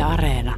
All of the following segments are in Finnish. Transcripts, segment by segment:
Areena.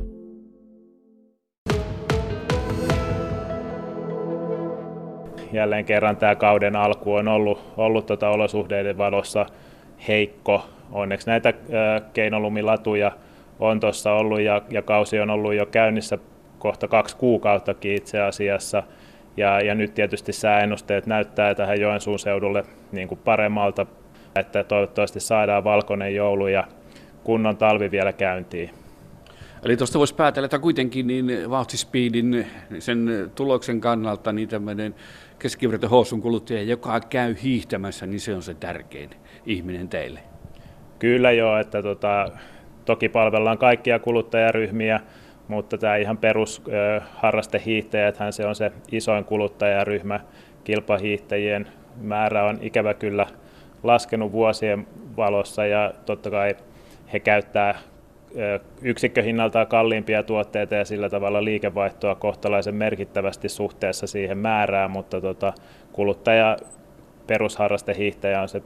Jälleen kerran tämä kauden alku on ollut olosuhteiden valossa heikko. Onneksi näitä keinolumilatuja on tuossa ollut ja kausi on ollut jo käynnissä kohta 2 kuukauttakin itse asiassa. Ja nyt tietysti sääennusteet näyttää tähän Joensuun seudulle niin kuin paremmalta, että toivottavasti saadaan valkoinen joulu ja kunnon talvi vielä käyntiin. Eli tuosta voisi päätellä, että kuitenkin niin vauhtispeedin sen tuloksen kannalta niin tämmöinen keskivertohousun kuluttaja, joka käy hiihtämässä, niin se on se tärkein ihminen teille. Kyllä joo, että toki palvellaan kaikkia kuluttajaryhmiä, mutta tämä ihan perus harrastehiihtäjäthän se on se isoin kuluttajaryhmä. Kilpahiihtäjien määrä on ikävä kyllä laskenut vuosien valossa ja totta kai he käyttää yksikköhinnaltaan kalliimpia tuotteita ja sillä tavalla liikevaihtoa kohtalaisen merkittävästi suhteessa siihen määrään, mutta kuluttaja, perusharrastehiihtäjä on se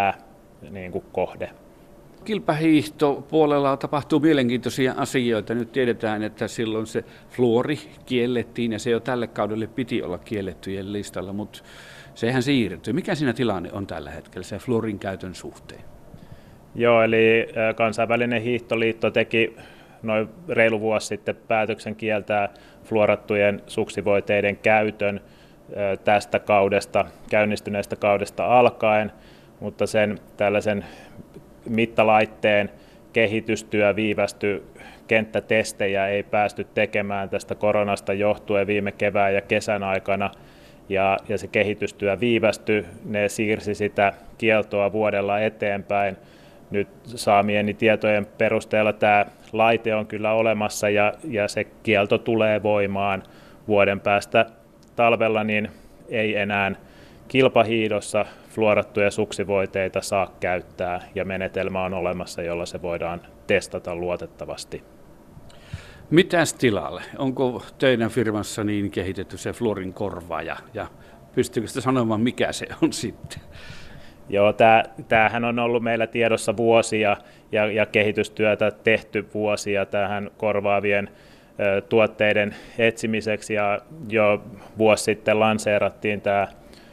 kohde. Kilpahiihtopuolella tapahtuu mielenkiintoisia asioita. Nyt tiedetään, että silloin se fluori kiellettiin ja se jo tälle kaudelle piti olla kiellettyjen listalla, mutta sehän siirtyy. Mikä siinä tilanne on tällä hetkellä se fluorin käytön suhteen? Joo, eli kansainvälinen hiihtoliitto teki noin reilu vuosi sitten päätöksen kieltää fluorattujen suksivoiteiden käytön tästä kaudesta, käynnistyneestä kaudesta alkaen, mutta sen tällaisen mittalaitteen kehitystyö viivästyi, kenttätestejä ei päästy tekemään tästä koronasta johtuen viime kevään ja kesän aikana, ja se kehitystyö viivästyi, ne siirsi sitä kieltoa vuodella eteenpäin. Nyt saamieni tietojen perusteella tämä laite on kyllä olemassa ja se kielto tulee voimaan vuoden päästä talvella, niin ei enää kilpahiihdossa fluorattuja suksivoiteita saa käyttää ja menetelmä on olemassa, jolla se voidaan testata luotettavasti. Mitäs tilalle? Onko teidän firmassa niin kehitetty se fluorin korvaaja ja pystyykö sitä sanomaan mikä se on sitten? Joo, tämähän on ollut meillä tiedossa vuosia ja kehitystyötä tehty vuosia tähän korvaavien tuotteiden etsimiseksi ja jo vuosi sitten lanseerattiin tämä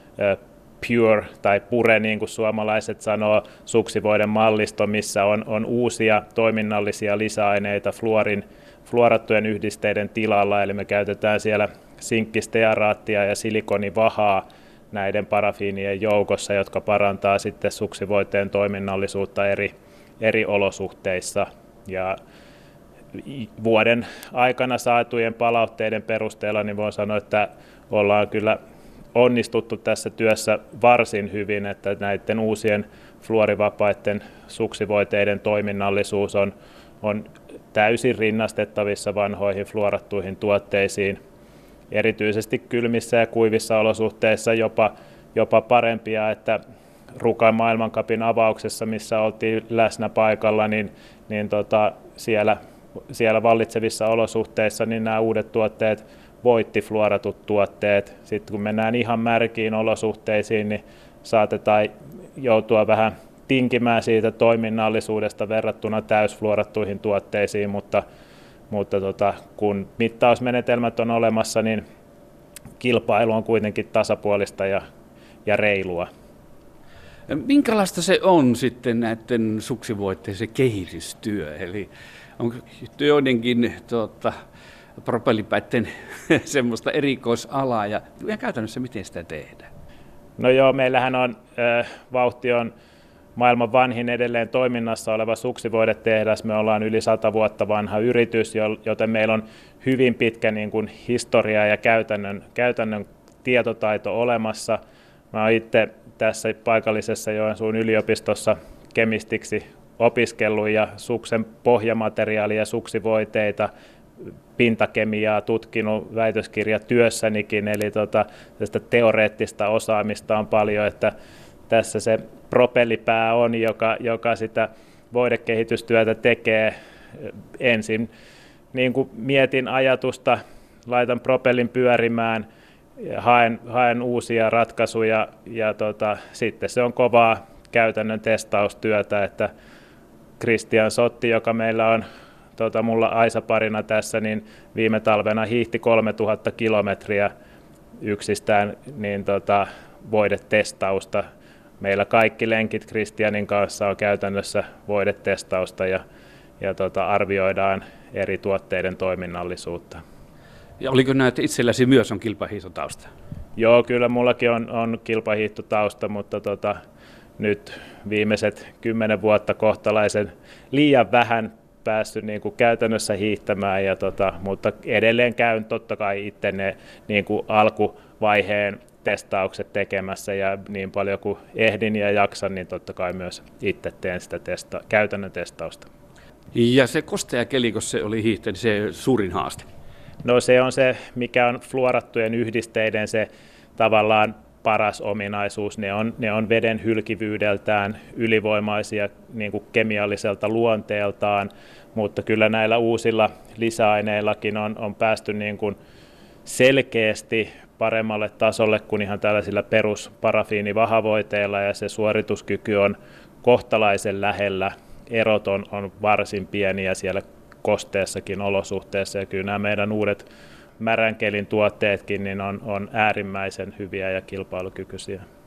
Pure tai Pure, niin kuin suomalaiset sanoo, suksivoiden mallisto, missä on uusia toiminnallisia lisäaineita fluorattujen yhdisteiden tilalla, eli me käytetään siellä sinkkistearaattia ja silikonivahaa näiden parafiinien joukossa, jotka parantaa sitten suksivoiteen toiminnallisuutta eri olosuhteissa. Ja vuoden aikana saatujen palautteiden perusteella niin voin sanoa, että ollaan kyllä onnistuttu tässä työssä varsin hyvin, että näiden uusien fluorivapaiden suksivoiteiden toiminnallisuus on täysin rinnastettavissa vanhoihin fluorattuihin tuotteisiin. Erityisesti kylmissä ja kuivissa olosuhteissa jopa parempia, että Rukan maailmancupin avauksessa, missä oltiin läsnä paikalla, niin siellä vallitsevissa olosuhteissa niin nämä uudet tuotteet voitti fluoratut tuotteet. Sitten kun mennään ihan märkiin olosuhteisiin, niin saatetaan joutua vähän tinkimään siitä toiminnallisuudesta verrattuna täysfluorattuihin tuotteisiin, mutta kun mittausmenetelmät on olemassa, niin kilpailu on kuitenkin tasapuolista ja reilua. Minkälaista se on sitten näiden suksivoitteiden se kehitystyö? Eli onko joidenkin propellipäitten semmoista erikoisalaa ja käytännössä miten sitä tehdään? No joo, meillähän on vauhti on maailman vanhin edelleen toiminnassa oleva suksivoidetehdas. Me ollaan yli 100 vuotta vanha yritys, joten meillä on hyvin pitkä niin kuin historia ja käytännön tietotaito olemassa. Mä oon itse tässä paikallisessa Joensuun yliopistossa kemistiksi opiskellut ja suksen pohjamateriaalia ja suksivoiteita, pintakemiaa tutkinut väitöskirjatyössänikin, eli tästä teoreettista osaamista on paljon, että tässä se propellipää on, joka sitä voidekehitystyötä tekee. Ensin niin kuin mietin ajatusta, laitan propellin pyörimään, haen uusia ratkaisuja ja sitten se on kovaa käytännön testaustyötä, että Christian Sotti, joka meillä on mulla Aisa-parina tässä, niin viime talvena hiihti 3000 kilometriä yksistään niin voidetestausta. Meillä kaikki lenkit Kristianin kanssa on käytännössä voidetestausta ja arvioidaan eri tuotteiden toiminnallisuutta. Ja oliko näet itselläsi myös on kilpahiihtotausta? Joo, kyllä mullakin on kilpahiihtotausta, mutta nyt viimeiset 10 vuotta kohtalaisen liian vähän päässyt niin kuin käytännössä hiihtämään, mutta edelleen käyn totta kai itse ne niin kuin alkuvaiheen testaukset tekemässä ja niin paljon kuin ehdin ja jaksan, niin totta kai myös itse teen sitä käytännön testausta. Ja se kostea keli, kun se oli hiihtänyt, se suurin haaste? No se on se, mikä on fluorattujen yhdisteiden se tavallaan paras ominaisuus. Ne on veden hylkivyydeltään ylivoimaisia niin kuin kemialliselta luonteeltaan, mutta kyllä näillä uusilla lisäaineillakin on päästy niin kuin selkeästi paremmalle tasolle kuin ihan tällaisilla perusparafiinivahavoiteilla, ja se suorituskyky on kohtalaisen lähellä. Erot on varsin pieniä siellä kosteessakin olosuhteessa, ja kyllä nämä meidän uudet märänkelin tuotteetkin niin on äärimmäisen hyviä ja kilpailukykyisiä.